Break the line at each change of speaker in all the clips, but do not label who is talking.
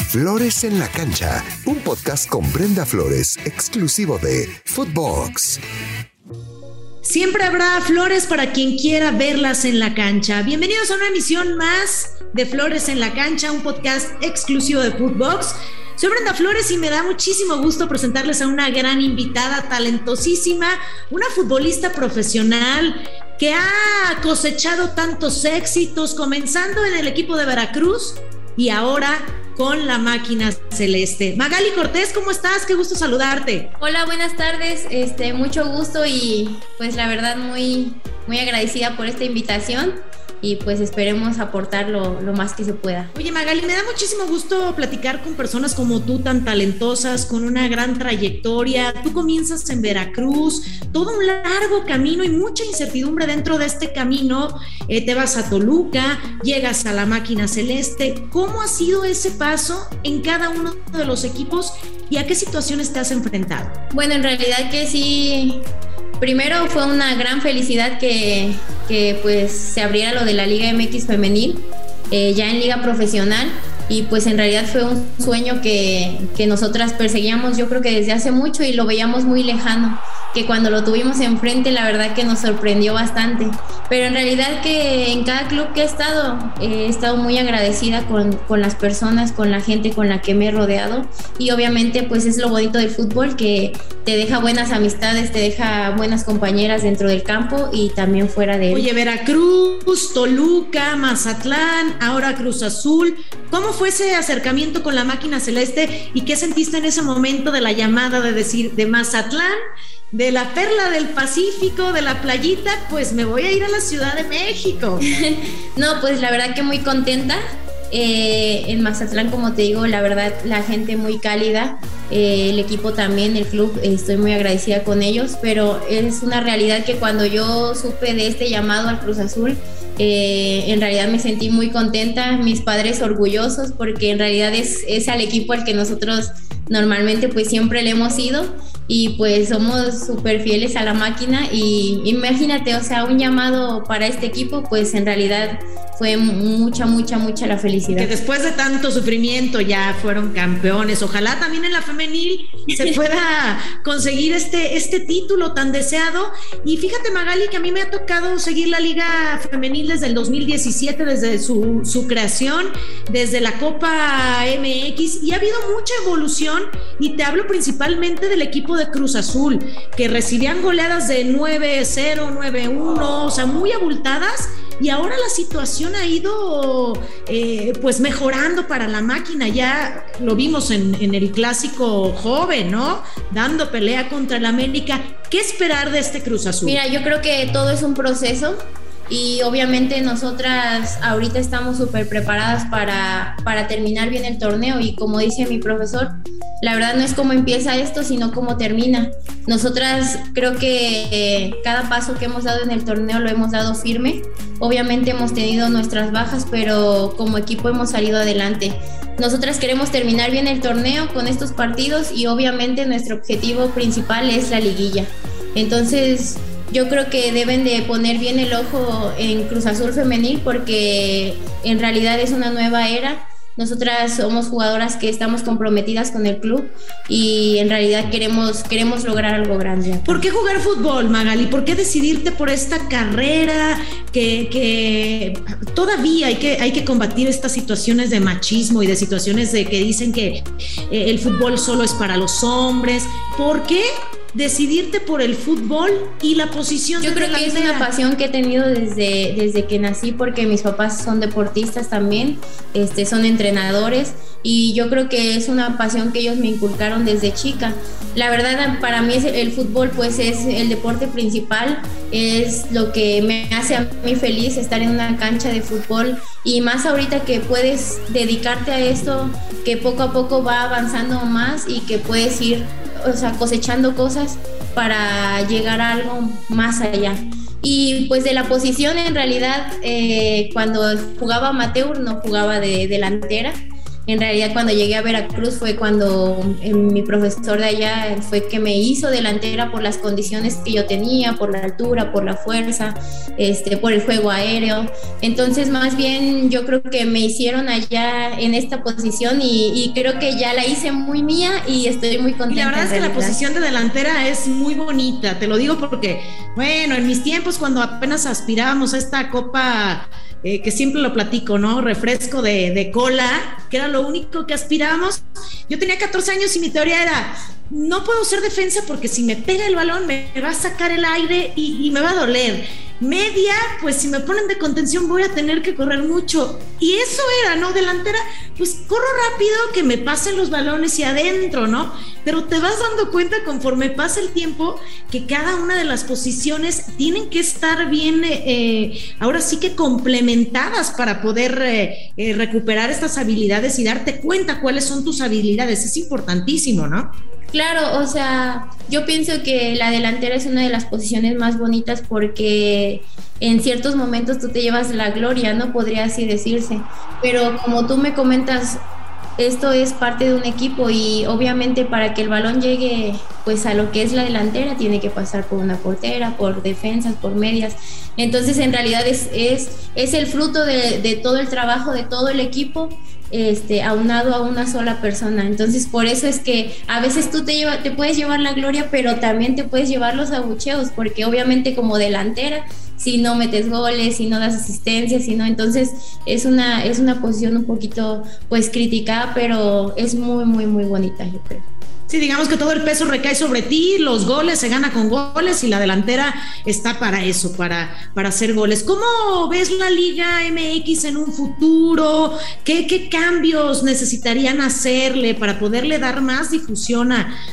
Flores en la Cancha, un podcast con Brenda Flores, exclusivo de Footbox.
Siempre habrá flores para quien quiera verlas en la cancha. Bienvenidos a una emisión más de Flores en la Cancha, un podcast exclusivo de Footbox. Soy Brenda Flores y me da muchísimo gusto presentarles a una gran invitada, talentosísima, una futbolista profesional que ha cosechado tantos éxitos, comenzando en el equipo de Veracruz y ahora con la máquina celeste. Magali Cortés, ¿cómo estás? Qué gusto saludarte.
Hola, buenas tardes, mucho gusto y pues la verdad muy agradecida por esta invitación y pues esperemos aportar lo más que se pueda.
Oye Magali, me da muchísimo gusto platicar con personas como tú, tan talentosas, con una gran trayectoria. Tú comienzas en Veracruz, todo un largo camino y mucha incertidumbre dentro de este camino. Te vas a Toluca, llegas a la máquina celeste. ¿Cómo ha sido ese paso en cada uno de los equipos y a qué situaciones te has enfrentado?
Bueno, en realidad que sí. Primero fue una gran felicidad que pues se abriera lo de la Liga MX femenil, ya en liga profesional, y pues en realidad fue un sueño que nosotras perseguíamos, yo creo que desde hace mucho, y lo veíamos muy lejano, que cuando lo tuvimos enfrente la verdad que nos sorprendió bastante, pero en realidad que en cada club que he estado muy agradecida con las personas, con la gente con la que me he rodeado, y obviamente pues es lo bonito del fútbol, que te deja buenas amistades, te deja buenas compañeras dentro del campo y también fuera de él.
Oye, Veracruz, Toluca, Mazatlán, ahora Cruz Azul, ¿cómo fue ese acercamiento con la máquina celeste y qué sentiste en ese momento de la llamada de decir de Mazatlán, de la perla del Pacífico, de la playita, pues me voy a ir a la Ciudad de México?
No, pues la verdad que muy contenta. En Mazatlán, como te digo, la verdad la gente muy cálida, el equipo también, el club, estoy muy agradecida con ellos, pero es una realidad que cuando yo supe de este llamado al Cruz Azul, en realidad me sentí muy contenta, mis padres orgullosos, porque en realidad es al equipo al que nosotros normalmente pues siempre le hemos ido, y pues somos súper fieles a la máquina, y imagínate, o sea, un llamado para este equipo, pues en realidad fue mucha la felicidad.
Que después de tanto sufrimiento ya fueron campeones. Ojalá también en la femenil se pueda conseguir este título tan deseado. Y fíjate, Magali, que a mí me ha tocado seguir la Liga Femenil desde el 2017, desde su creación, desde la Copa MX, y ha habido mucha evolución, y te hablo principalmente del equipo de Cruz Azul, que recibían goleadas de 9-0, 9-1, o sea, muy abultadas. Y ahora la situación ha ido pues mejorando para la máquina. Ya lo vimos en el clásico joven, ¿no? Dando pelea contra el América. ¿Qué esperar de este Cruz Azul?
Mira, yo creo que todo es un proceso, y obviamente nosotras ahorita estamos súper preparadas para terminar bien el torneo, y como dice mi profesor, la verdad no es cómo empieza esto, sino cómo termina. Nosotras creo que cada paso que hemos dado en el torneo lo hemos dado firme. Obviamente hemos tenido nuestras bajas, pero como equipo hemos salido adelante. Nosotras queremos terminar bien el torneo con estos partidos, y obviamente nuestro objetivo principal es la liguilla. Entonces yo creo que deben de poner bien el ojo en Cruz Azul femenil, porque en realidad es una nueva era. Nosotras somos jugadoras que estamos comprometidas con el club, y en realidad queremos lograr algo grande acá.
¿Por qué jugar fútbol, Magali? ¿Por qué decidirte por esta carrera que todavía hay que combatir estas situaciones de machismo y de situaciones de que dicen que el fútbol solo es para los hombres? ¿Por qué decidirte por el fútbol y la posición?
Yo creo que es una pasión que he tenido desde que nací, porque mis papás son deportistas también, son entrenadores, y yo creo que es una pasión que ellos me inculcaron desde chica. La verdad, para mí el fútbol pues es el deporte principal, es lo que me hace a mí feliz, estar en una cancha de fútbol, y más ahorita que puedes dedicarte a esto, que poco a poco va avanzando más y que puedes ir, o sea, cosechando cosas para llegar a algo más allá. Y pues de la posición, en realidad, cuando jugaba amateur no jugaba de delantera, En realidad cuando llegué a Veracruz fue cuando mi profesor de allá fue que me hizo delantera por las condiciones que yo tenía, por la altura, por la fuerza, por el juego aéreo. Entonces más bien yo creo que me hicieron allá en esta posición y creo que ya la hice muy mía y estoy muy contenta.
Y la verdad es que la posición de delantera es muy bonita, te lo digo porque, bueno, en mis tiempos cuando apenas aspirábamos a esta copa, que siempre lo platico, ¿no? Refresco de cola, que era lo único que aspirábamos. Yo tenía 14 años y mi teoría era, no puedo ser defensa porque si me pega el balón me va a sacar el aire y me va a doler. Media, pues si me ponen de contención voy a tener que correr mucho. Y eso era, ¿no? Delantera, pues corro rápido, que me pasen los balones y adentro, ¿no? Pero te vas dando cuenta conforme pasa el tiempo que cada una de las posiciones tienen que estar bien, ahora sí que complementadas para poder recuperar estas habilidades y darte cuenta cuáles son tus habilidades. Es importantísimo, ¿no?
Claro, o sea, yo pienso que la delantera es una de las posiciones más bonitas porque en ciertos momentos tú te llevas la gloria, ¿no? Podría así decirse. Pero como tú me comentas, esto es parte de un equipo y obviamente para que el balón llegue pues a lo que es la delantera tiene que pasar por una portera, por defensas, por medias. Entonces en realidad es el fruto de todo el trabajo de todo el equipo, aunado a una sola persona. Entonces por eso es que a veces tú te puedes llevar la gloria, pero también te puedes llevar los abucheos, porque obviamente como delantera, si no metes goles, si no das asistencia, si no, entonces es una posición un poquito pues criticada, pero es muy, muy, muy bonita, yo creo.
Sí, digamos que todo el peso recae sobre ti, los goles se gana con goles y la delantera está para eso, para hacer goles. ¿Cómo ves la Liga MX en un futuro? ¿Qué cambios necesitarían hacerle para poderle dar más difusión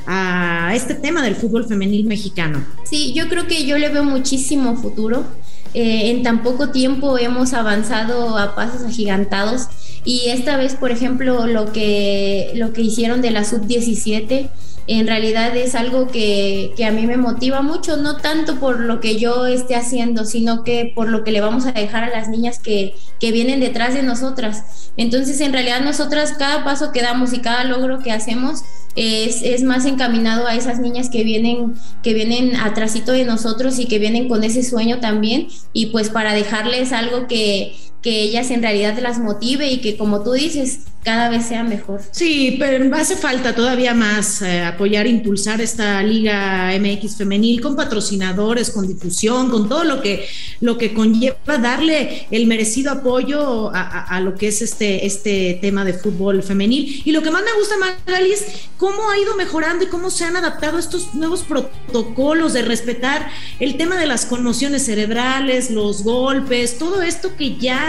a este tema del fútbol femenil mexicano?
Sí, yo creo que yo le veo muchísimo futuro. En tan poco tiempo hemos avanzado a pasos agigantados y esta vez, por ejemplo, lo que hicieron de la sub-17 en realidad es algo que a mí me motiva mucho, no tanto por lo que yo esté haciendo, sino que por lo que le vamos a dejar a las niñas que vienen detrás de nosotras. Entonces, en realidad, nosotras cada paso que damos y cada logro que hacemos es más encaminado a esas niñas que vienen atrásito de nosotros y que vienen con ese sueño también, y pues para dejarles algo que ellas en realidad las motive y que, como tú dices, cada vez sea mejor.
Sí, pero hace falta todavía más apoyar, impulsar esta Liga MX femenil con patrocinadores, con difusión, con todo lo que conlleva darle el merecido apoyo a lo que es este tema de fútbol femenil. Y lo que más me gusta, Magali, es cómo ha ido mejorando y cómo se han adaptado estos nuevos protocolos de respetar el tema de las conmociones cerebrales, los golpes, todo esto que ya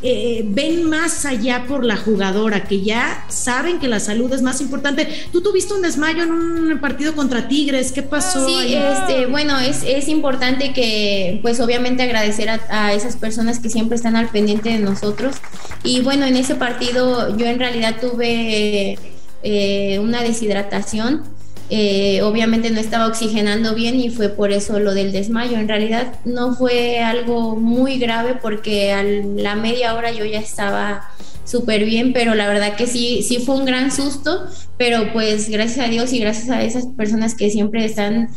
ven más allá por la jugadora, que ya saben que la salud es más importante. Tú tuviste un desmayo en un partido contra Tigres, ¿qué pasó?
Sí, bueno, es importante que pues obviamente agradecer a esas personas que siempre están al pendiente de nosotros, y bueno, en ese partido yo en realidad tuve una deshidratación. Obviamente no estaba oxigenando bien y fue por eso lo del desmayo. En realidad no fue algo muy grave porque a la media hora yo ya estaba súper bien, pero la verdad que sí fue un gran susto, pero pues gracias a Dios y gracias a esas personas que siempre están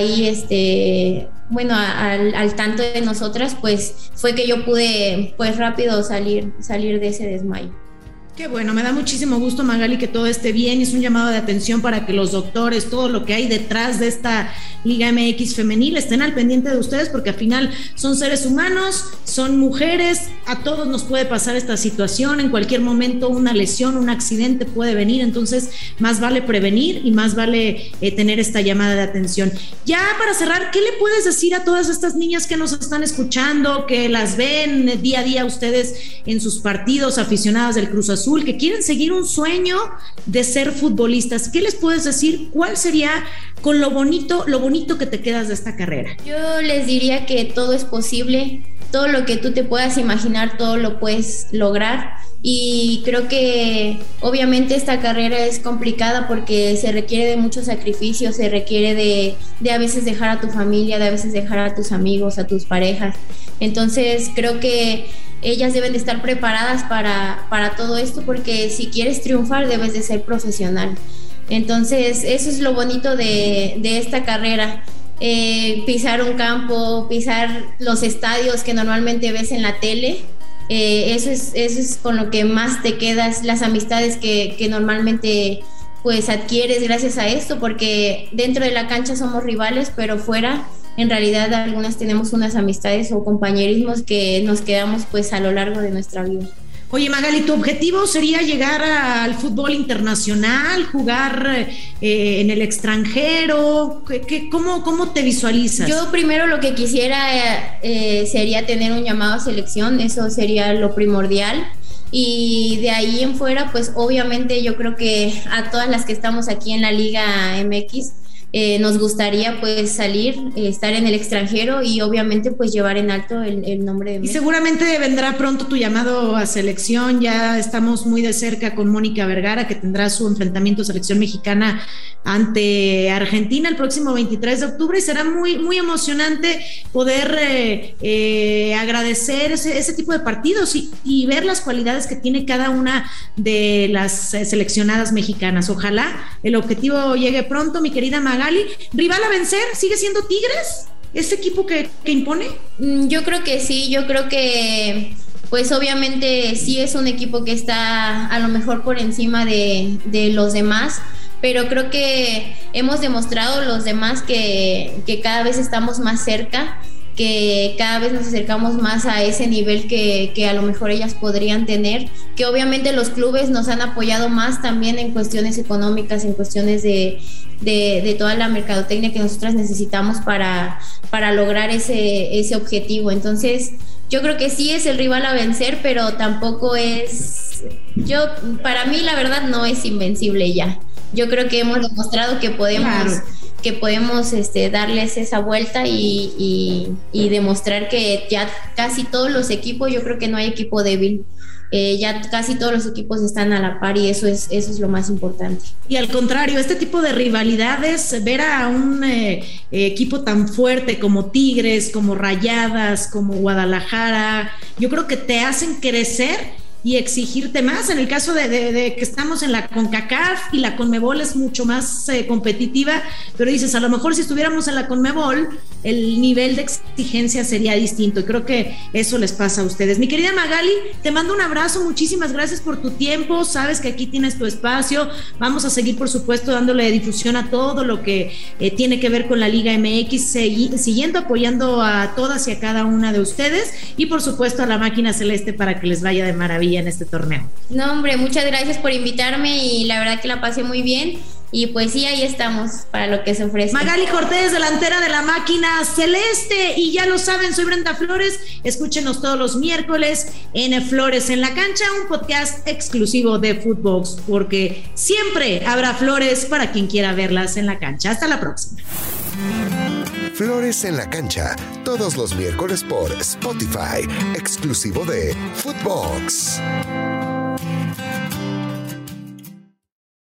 ahí, bueno, al tanto de nosotras, pues fue que yo pude pues rápido salir de ese desmayo.
Qué bueno, me da muchísimo gusto, Magali, que todo esté bien. Es un llamado de atención para que los doctores, todo lo que hay detrás de esta Liga MX femenil, estén al pendiente de ustedes, porque al final son seres humanos, son mujeres, a todos nos puede pasar esta situación, en cualquier momento una lesión, un accidente puede venir, entonces más vale prevenir y más vale tener esta llamada de atención. Ya para cerrar, ¿qué le puedes decir a todas estas niñas que nos están escuchando, que las ven día a día ustedes en sus partidos, aficionadas del Cruz Azul, que quieren seguir un sueño de ser futbolistas? ¿Qué les puedes decir? ¿Cuál sería con lo bonito que te quedas de esta carrera?
Yo les diría que todo es posible, todo lo que tú te puedas imaginar, todo lo puedes lograr, y creo que obviamente esta carrera es complicada porque se requiere de mucho sacrificio, se requiere de a veces dejar a tu familia, de a veces dejar a tus amigos, a tus parejas. Entonces creo que ellas deben de estar preparadas para todo esto, porque si quieres triunfar debes de ser profesional. Entonces eso es lo bonito de esta carrera, pisar un campo, pisar los estadios que normalmente ves en la tele. Eso es con lo que más te quedas, las amistades que normalmente pues adquieres gracias a esto, porque dentro de la cancha somos rivales, pero fuera en realidad algunas tenemos unas amistades o compañerismos que nos quedamos pues a lo largo de nuestra vida.
Oye, Magali, ¿tu objetivo sería llegar al fútbol internacional, jugar en el extranjero? ¿Cómo te visualizas?
Yo primero lo que quisiera sería tener un llamado a selección, eso sería lo primordial. Y de ahí en fuera, pues obviamente yo creo que a todas las que estamos aquí en la Liga MX, nos gustaría pues salir, estar en el extranjero y obviamente pues llevar en alto el nombre de México.
Y seguramente vendrá pronto tu llamado a selección, ya estamos muy de cerca con Mónica Vergara, que tendrá su enfrentamiento selección mexicana ante Argentina el próximo 23 de octubre y será muy, muy emocionante poder agradecer ese tipo de partidos y ver las cualidades que tiene cada una de las seleccionadas mexicanas. Ojalá el objetivo llegue pronto, mi querida Magali. ¿Rival a vencer? ¿Sigue siendo Tigres? ¿Ese equipo que impone?
Yo creo que sí, yo creo que pues obviamente sí es un equipo que está a lo mejor por encima de los demás, pero creo que hemos demostrado los demás que cada vez estamos más cerca, que cada vez nos acercamos más a ese nivel que a lo mejor ellas podrían tener, que obviamente los clubes nos han apoyado más también en cuestiones económicas, en cuestiones de toda la mercadotecnia que nosotras necesitamos para lograr ese objetivo. Entonces yo creo que sí es el rival a vencer, pero tampoco es, para mí la verdad no es invencible ya. Yo creo que hemos demostrado que podemos, claro, que podemos darles esa vuelta y demostrar que ya casi todos los equipos, yo creo que no hay equipo débil. Ya casi todos los equipos están a la par y eso es lo más importante.
Y al contrario, este tipo de rivalidades, ver a un equipo tan fuerte como Tigres, como Rayadas, como Guadalajara, yo creo que te hacen crecer y exigirte más. En el caso de que estamos en la CONCACAF y la CONMEBOL es mucho más competitiva, pero dices, a lo mejor si estuviéramos en la CONMEBOL, el nivel de exigencia sería distinto, y creo que eso les pasa a ustedes. Mi querida Magali, te mando un abrazo, muchísimas gracias por tu tiempo, sabes que aquí tienes tu espacio, vamos a seguir por supuesto dándole difusión a todo lo que tiene que ver con la Liga MX, siguiendo apoyando a todas y a cada una de ustedes, y por supuesto a la máquina celeste para que les vaya de maravilla en este torneo.
No, hombre, muchas gracias por invitarme y la verdad que la pasé muy bien y pues sí, ahí estamos para lo que se ofrece.
Magali Cortés, delantera de la máquina celeste, y ya lo saben, soy Brenda Flores, escúchenos todos los miércoles en Flores en la Cancha, un podcast exclusivo de Footbox, porque siempre habrá flores para quien quiera verlas en la cancha. Hasta la próxima.
Flores en la Cancha, todos los miércoles por Spotify, exclusivo de Footbox.